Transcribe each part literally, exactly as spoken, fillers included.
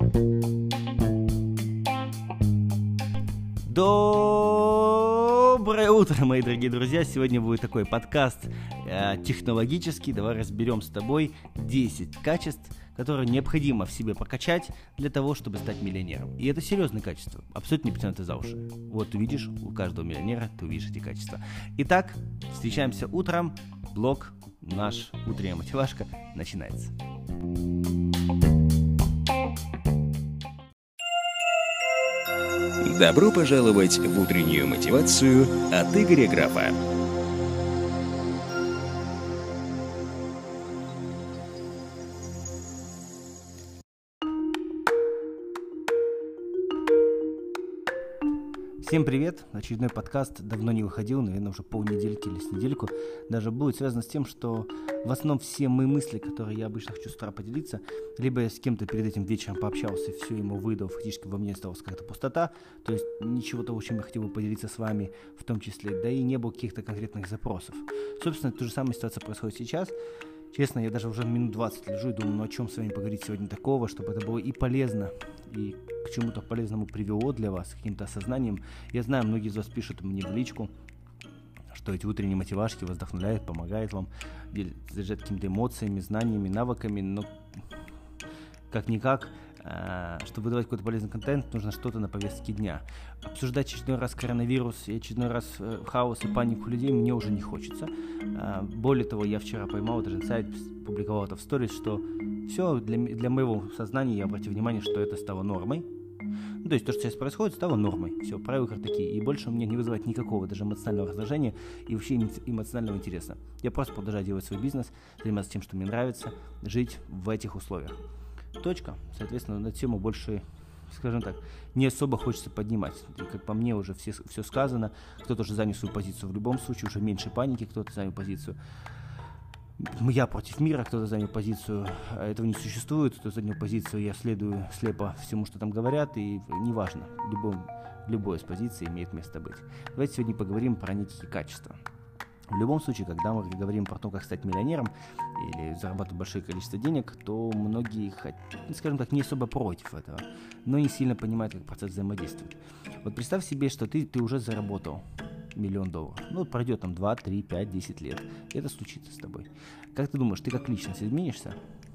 Доброе утро, мои дорогие друзья! Сегодня будет такой подкаст э, технологический. Давай разберем с тобой десять качеств, которые необходимо в себе прокачать для того, чтобы стать миллионером. И это серьезные качества, абсолютно не притянуты за уши. Вот ты видишь, у каждого миллионера ты увидишь эти качества. Итак, встречаемся утром. Блог, наш утренняя мотивашка начинается. Добро пожаловать в утреннюю мотивацию от Игоря Графа. Всем привет! Очередной подкаст давно не выходил, наверное, уже полнедельки или с недельку. Даже будет связано с тем, что в основном все мои мысли, которые я обычно хочу с утра поделиться, либо я с кем-то перед этим вечером пообщался, все ему выдал, фактически во мне осталась какая-то пустота, то есть ничего того, чем я хотел бы поделиться с вами в том числе, да и не было каких-то конкретных запросов. Собственно, та же самая ситуация происходит сейчас. Честно, я даже уже минут двадцать лежу и думаю, ну о чем с вами поговорить сегодня такого, чтобы это было и полезно, и к чему-то полезному привело для вас, каким-то осознанием. Я знаю, многие из вас пишут мне в личку, что эти утренние мотивашки вас вдохновляют, помогают вам, заряжать какими-то эмоциями, знаниями, навыками, но как-никак, чтобы выдавать какой-то полезный контент, нужно что-то на повестке дня. Обсуждать очередной раз коронавирус и очередной раз хаос и панику людей мне уже не хочется. Более того, я вчера поймал этот инсайт, публиковал это в сторис, что все, для, для моего сознания я обратил внимание, что это стало нормой. Ну, то есть то, что сейчас происходит, стало нормой. Все, правила как такие. И больше у меня не вызывает никакого даже эмоционального раздражения и вообще эмоционального интереса. Я просто продолжаю делать свой бизнес, заниматься тем, что мне нравится, жить в этих условиях. Точка. Соответственно, на тему больше, скажем так, не особо хочется поднимать. И, как по мне, уже все, все сказано. Кто-то уже занял свою позицию в любом случае, уже меньше паники, кто-то занял позицию я против мира, кто-то занял позицию этого не существует, кто занял позицию я следую слепо всему, что там говорят, и неважно, любой, любой из позиций имеет место быть. Давайте сегодня поговорим про некие качества. В любом случае, когда мы говорим про то, как стать миллионером или зарабатывать большое количество денег, то многие, скажем так, не особо против этого, но не сильно понимают, как процесс взаимодействует. Вот представь себе, что ты, ты уже заработал миллион долларов. Ну, пройдет там два, три, пять, десять лет. И это случится с тобой. Как ты думаешь, ты как личность изменишься?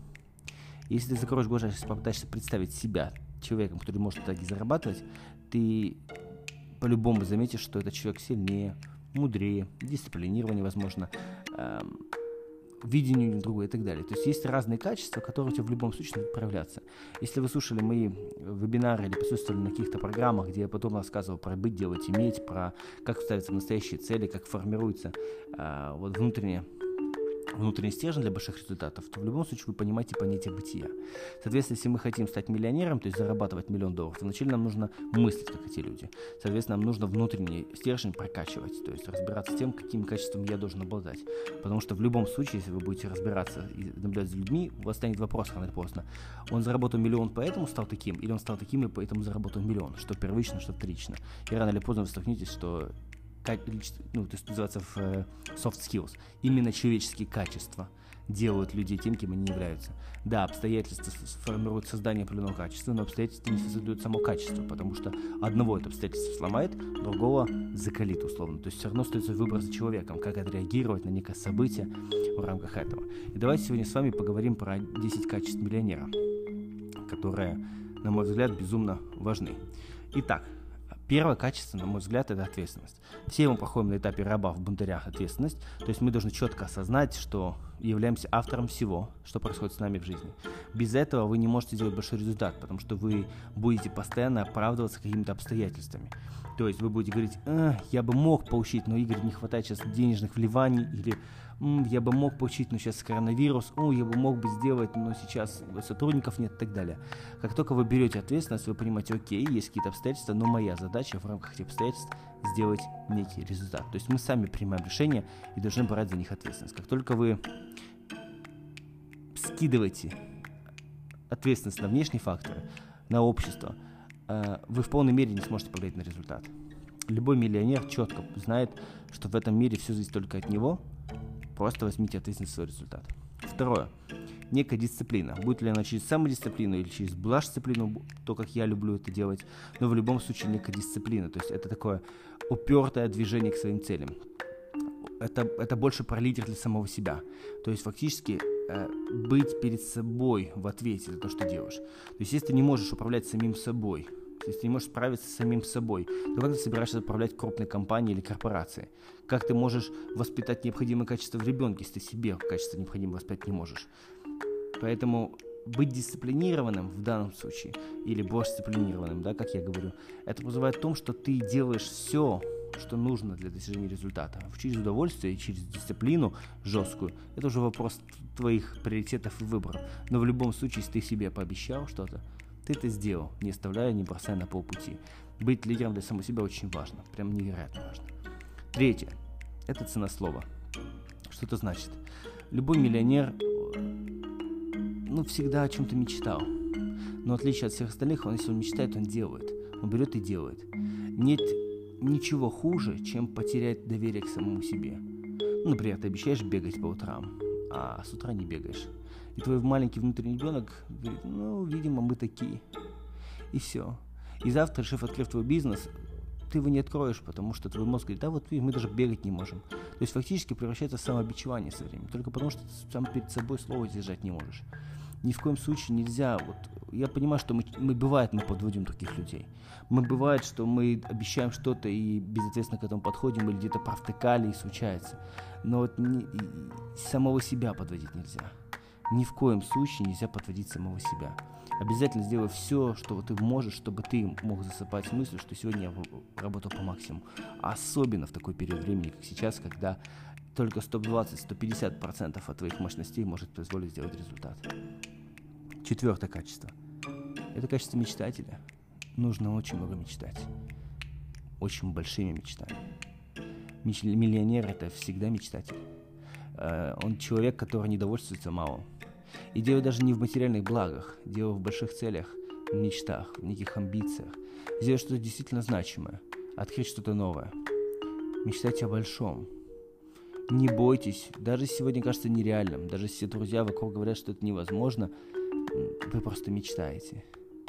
Если ты закроешь глаза и попытаешься представить себя человеком, который может так и зарабатывать, ты по-любому заметишь, что этот человек сильнее, мудрее, дисциплинированнее, возможно, эм, видению другое и так далее. То есть есть разные качества, которые у тебя в любом случае будут проявляться. Если вы слушали мои вебинары или присутствовали на каких-то программах, где я потом рассказывал про быть, делать, иметь, про как ставятся настоящие цели, как формируется э, вот внутреннее внутренний стержень для больших результатов, то в любом случае вы понимаете понятие бытия. Соответственно, если мы хотим стать миллионером, то есть зарабатывать миллион долларов, то вначале нам нужно мыслить, как эти люди. Соответственно, нам нужно внутренний стержень прокачивать, то есть разбираться с тем, каким качеством я должен обладать. Потому что в любом случае, если вы будете разбираться и наблюдать за людьми, у вас станет вопрос рано или поздно. Он заработал миллион, поэтому стал таким, или он стал таким, и поэтому заработал миллион, что первично, что вторично. И рано или поздно вы столкнетесь, что как, ну, то есть называется в uh, soft skills. Именно человеческие качества делают людей тем, кем они являются. Да, обстоятельства формируют создание определенного качества, но обстоятельства не создают само качество, потому что одного это обстоятельство сломает, другого закалит условно. То есть все равно остается выбор за человеком, как отреагировать на некое событие в рамках этого. И давайте сегодня с вами поговорим про десять качеств миллионера, которые, на мой взгляд, безумно важны. Итак, первое качество, на мой взгляд, это ответственность. Все мы проходим на этапе раба в бунтарях ответственность, то есть мы должны четко осознать, что являемся автором всего, что происходит с нами в жизни. Без этого вы не можете сделать большой результат, потому что вы будете постоянно оправдываться какими-то обстоятельствами. То есть вы будете говорить, э, я бы мог получить, но, Игорь, не хватает сейчас денежных вливаний, или м, я бы мог получить, но сейчас коронавирус, о, я бы мог бы сделать, но сейчас сотрудников нет и так далее. Как только вы берете ответственность, вы понимаете, окей, есть какие-то обстоятельства, но моя задача в рамках этих обстоятельств сделать некий результат. То есть мы сами принимаем решения и должны брать за них ответственность. Как только вы скидываете ответственность на внешние факторы, на общество, вы в полной мере не сможете повлиять на результат. Любой миллионер четко знает, что в этом мире все зависит только от него. Просто возьмите ответственность за свой результат. Второе. Некая дисциплина. Будет ли она через самодисциплину или через блажь-дисциплину, то, как я люблю это делать, но в любом случае некая дисциплина. То есть это такое упертое движение к своим целям. Это, это больше про лидер для самого себя. То есть фактически э, быть перед собой в ответе за то, что делаешь. То есть если ты не можешь управлять самим собой, если ты не можешь справиться с самим собой, то как ты собираешься управлять крупной компанией или корпорацией? Как ты можешь воспитать необходимое качество в ребенке, если ты себе качество необходимое воспитать не можешь? Поэтому быть дисциплинированным в данном случае, или больше дисциплинированным, да, как я говорю, это вызывает в том, что ты делаешь все, что нужно для достижения результата. Через удовольствие и через дисциплину жесткую. Это уже вопрос твоих приоритетов и выборов. Но в любом случае, если ты себе пообещал что-то, ты это сделал, не оставляя, не бросая на полпути. Быть лидером для самого себя очень важно. Прям невероятно важно. Третье. Это цена слова. Что это значит? Любой миллионер, ну, всегда о чем-то мечтал. Но в отличие от всех остальных, он, если он мечтает, он делает. Он берет и делает. Нет ничего хуже, чем потерять доверие к самому себе. Ну, например, ты обещаешь бегать по утрам, а с утра не бегаешь. И твой маленький внутренний ребенок говорит, ну, видимо, мы такие. И все. И завтра, решив открыть твой бизнес, ты его не откроешь, потому что твой мозг говорит, да вот мы даже бегать не можем. То есть фактически превращается в самообичевание со временем, только потому что ты сам перед собой слово сдержать не можешь. Ни в коем случае нельзя, вот, я понимаю, что мы, мы бывает, мы подводим других людей. Мы бывает, что мы обещаем что-то и безответственно к этому подходим, или где-то провтыкали и случается. Но вот не, и, самого себя подводить нельзя. Ни в коем случае нельзя подводить самого себя. Обязательно сделай все, что ты можешь, чтобы ты мог засыпать мыслью, что сегодня я работал по максимуму. Особенно в такой период времени, как сейчас, когда только сто двадцать - сто пятьдесят процентов от твоих мощностей может позволить сделать результат. Четвертое качество. Это качество мечтателя. Нужно очень много мечтать. Очень большими мечтами. Меч- миллионер – это всегда мечтатель. Э, он человек, который не довольствуется малым. И дело даже не в материальных благах, дело в больших целях, в мечтах, в неких амбициях. Сделать что-то действительно значимое, открыть что-то новое. Мечтайте о большом. Не бойтесь, даже если сегодня кажется нереальным, даже если все друзья вокруг говорят, что это невозможно, вы просто мечтаете.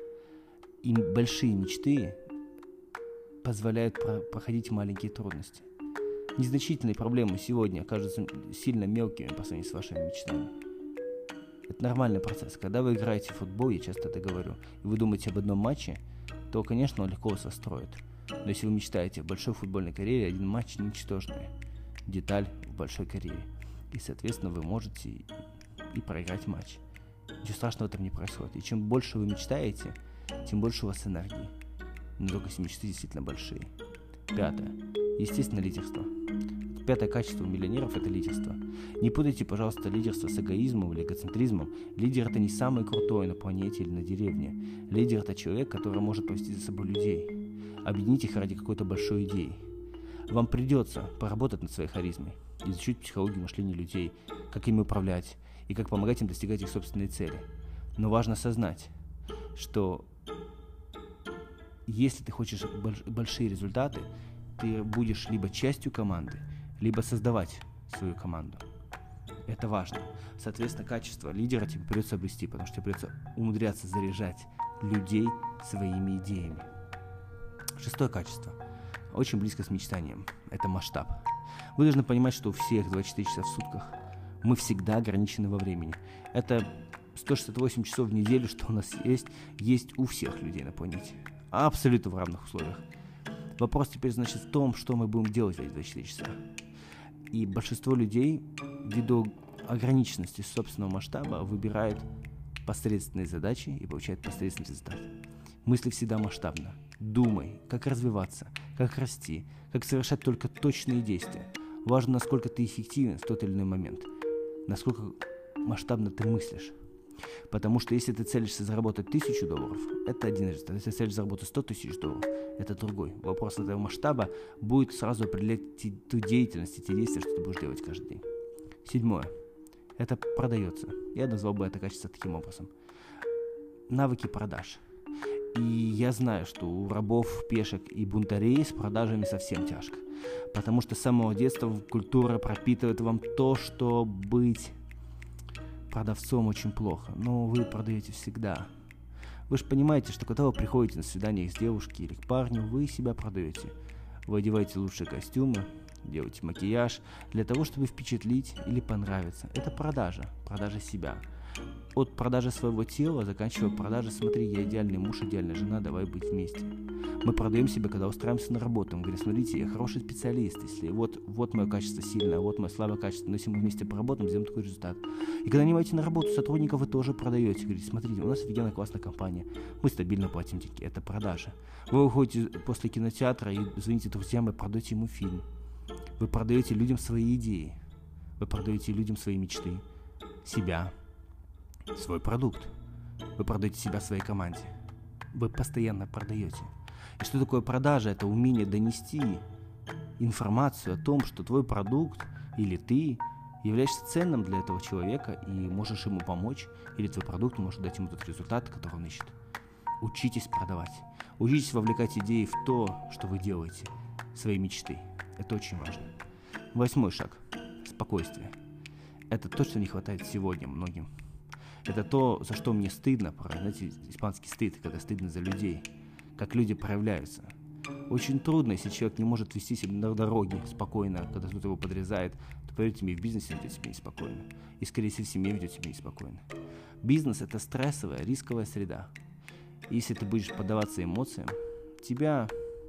И большие мечты позволяют про- проходить маленькие трудности. Незначительные проблемы сегодня кажутся сильно мелкими по сравнению с вашими мечтами. Это нормальный процесс. Когда вы играете в футбол, я часто это говорю, и вы думаете об одном матче, то, конечно, он легко вас расстроит. Но если вы мечтаете о большой футбольной карьере, один матч ничтожный. Деталь в большой карьере. И, соответственно, вы можете и, и проиграть матч. Ничего страшного в этом не происходит. И чем больше вы мечтаете, тем больше у вас энергии. Но только если мечты действительно большие. Пятое. Естественно, лидерство. Пятое качество у миллионеров – это лидерство. Не путайте, пожалуйста, лидерство с эгоизмом или эгоцентризмом. Лидер – это не самый крутой на планете или на деревне. Лидер – это человек, который может повести за собой людей, объединить их ради какой-то большой идеи. Вам придется поработать над своей харизмой, изучить психологию мышления людей, как ими управлять и как помогать им достигать их собственной цели. Но важно осознать, что если ты хочешь больш- большие результаты, ты будешь либо частью команды, либо создавать свою команду. Это важно. Соответственно, качество лидера тебе придется обрести, потому что тебе придется умудряться заряжать людей своими идеями. Шестое качество. Очень близко с мечтанием. Это масштаб. Вы должны понимать, что у всех двадцать четыре часа в сутках. Мы всегда ограничены во времени. Это сто шестьдесят восемь часов в неделю, что у нас есть, есть у всех людей на планете. Абсолютно в равных условиях. Вопрос теперь, значит, в том, что мы будем делать в эти двадцать четыре часа. И большинство людей, ввиду ограниченности собственного масштаба, выбирает посредственные задачи и получает посредственный результат. Мысли всегда масштабно. Думай, как развиваться, как расти, как совершать только точные действия. Важно, насколько ты эффективен в тот или иной момент, насколько масштабно ты мыслишь. Потому что если ты целишься заработать тысячу долларов, это один результат. Если ты целишься заработать сто тысяч долларов, это другой. Вопрос этого масштаба будет сразу определять те, ту деятельность и те действия, что ты будешь делать каждый день. Седьмое. Это продается. Я назвал бы это качество таким образом. Навыки продаж. И я знаю, что у рабов, пешек и бунтарей с продажами совсем тяжко. Потому что с самого детства культура пропитывает вам то, что быть продавцом очень плохо, но вы продаете всегда. Вы же понимаете, что когда вы приходите на свидание с девушкой или к парню, вы себя продаете. Вы одеваете лучшие костюмы, делаете макияж для того, чтобы впечатлить или понравиться. Это продажа, продажа себя. От продажи своего тела, заканчивая продажей: смотри, я идеальный муж, идеальная жена, давай быть вместе. Мы продаем себя, когда устраиваемся на работу. Мы говорим: смотрите, я хороший специалист, если вот, вот мое качество сильное, вот мое слабое качество, но если мы вместе поработаем, сделаем такой результат. И когда нанимаете на работу сотрудников, вы тоже продаете. Говорите: смотрите, у нас офигенная классная компания, мы стабильно платим деньги. Это продажа. Вы уходите после кинотеатра и звоните друзьям и продаете ему фильм. Вы продаете людям свои идеи. Вы продаете людям свои мечты, себя, свой продукт. Вы продаете себя своей команде. Вы постоянно продаете. И что такое продажа? Это умение донести информацию о том, что твой продукт или ты являешься ценным для этого человека и можешь ему помочь, или твой продукт может дать ему тот результат, который он ищет. Учитесь продавать. Учитесь вовлекать идеи в то, что вы делаете, свои мечты. Это очень важно. Восьмой шаг. Спокойствие. Это то, что не хватает сегодня многим. Это то, за что мне стыдно. Знаете, испанский стыд, когда стыдно за людей. Как люди проявляются. Очень трудно, если человек не может вести себя на дороге спокойно, когда кто-то его подрезает, то, поверьте мне, в бизнесе ведет себя неспокойно. И, скорее всего, в семье ведет себя неспокойно. Бизнес – это стрессовая, рисковая среда. И если ты будешь поддаваться эмоциям, тебя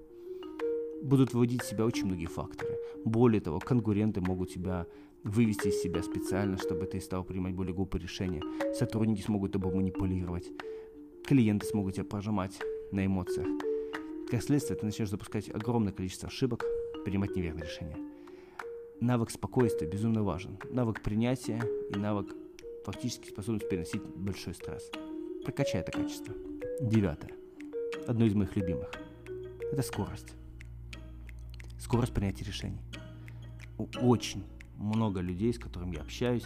будут выводить из себя очень многие факторы. Более того, конкуренты могут тебя вывести из себя специально, чтобы ты стал принимать более глупые решения. Сотрудники смогут тобой манипулировать. Клиенты смогут тебя прожимать на эмоциях. Как следствие, ты начнешь запускать огромное количество ошибок, принимать неверные решения. Навык спокойствия безумно важен. Навык принятия и навык фактически способность переносить большой стресс. Прокачай это качество. Девятое. Одно из моих любимых. Это скорость. Скорость принятия решений. Очень много людей, с которыми я общаюсь,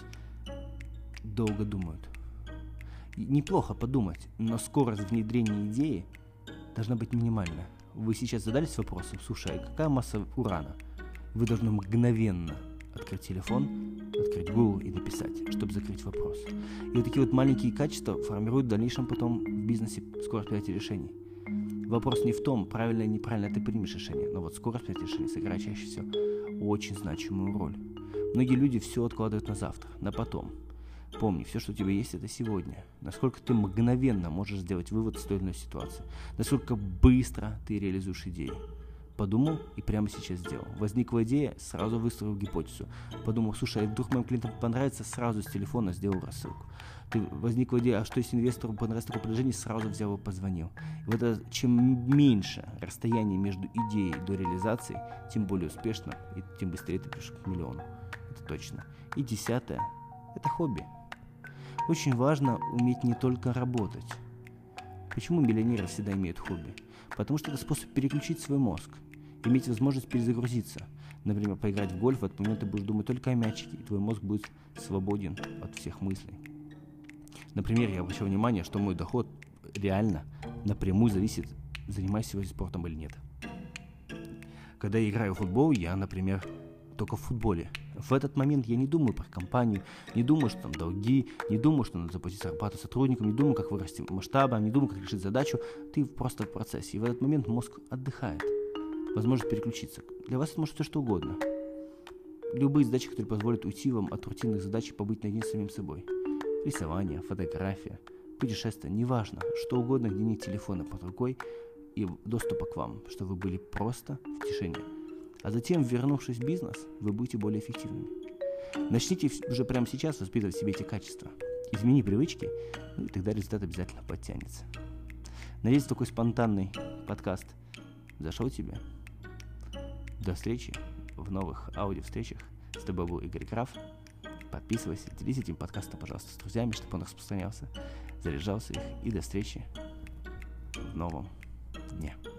долго думают. И неплохо подумать, но скорость внедрения идеи должна быть минимальна. Вы сейчас задались вопросом: слушай, а какая масса урана? Вы должны мгновенно открыть телефон, открыть Google и написать, чтобы закрыть вопрос. И вот такие вот маленькие качества формируют в дальнейшем потом в бизнесе скорость принятия решений. Вопрос не в том, правильно или неправильно ты примешь решение, но вот скорость принятия решений сыграет чаще всего очень значимую роль. Многие люди все откладывают на завтра, на потом. Помни, все, что у тебя есть, это сегодня. Насколько ты мгновенно можешь сделать вывод из той или иной ситуации. Насколько быстро ты реализуешь идею. Подумал и прямо сейчас сделал. Возникла идея, сразу выстроил гипотезу. Подумал: слушай, а вдруг моим клиентам понравится, сразу с телефона сделал рассылку. Ты, возникла идея, а что если инвестору понравится такое предложение, сразу взял и позвонил. И вот это, чем меньше расстояние между идеей до реализации, тем более успешно и тем быстрее ты придешь к миллиону. Это точно. И десятое – это хобби. Очень важно уметь не только работать. Почему миллионеры всегда имеют хобби? Потому что это способ переключить свой мозг, иметь возможность перезагрузиться. Например, поиграть в гольф, в этот момент ты будешь думать только о мячике, и твой мозг будет свободен от всех мыслей. Например, я обращал внимание, что мой доход реально напрямую зависит, занимаюсь сегодня спортом или нет. Когда я играю в футбол, я, например, только в футболе. В этот момент я не думаю про компанию, не думаю, что там долги, не думаю, что надо заплатить зарплату сотрудникам, не думаю, как вырасти масштабом, не думаю, как решить задачу. Ты просто в процессе. И в этот момент мозг отдыхает. Возможность переключиться. Для вас это может быть все что угодно. Любые задачи, которые позволят уйти вам от рутинных задач и побыть наедине с самим собой. Рисование, фотография, путешествие, неважно. Что угодно, где нет телефона под рукой и доступа к вам, чтобы вы были просто в тишине. А затем, вернувшись в бизнес, вы будете более эффективными. Начните уже прямо сейчас воспитывать в себе эти качества. Измени привычки, ну и тогда результат обязательно подтянется. Надеюсь, такой спонтанный подкаст зашел тебе. До встречи в новых аудиовстречах. С тобой был Игорь Граф. Подписывайся, делись этим подкастом, пожалуйста, с друзьями, чтобы он распространялся, заряжался их. И до встречи в новом дне.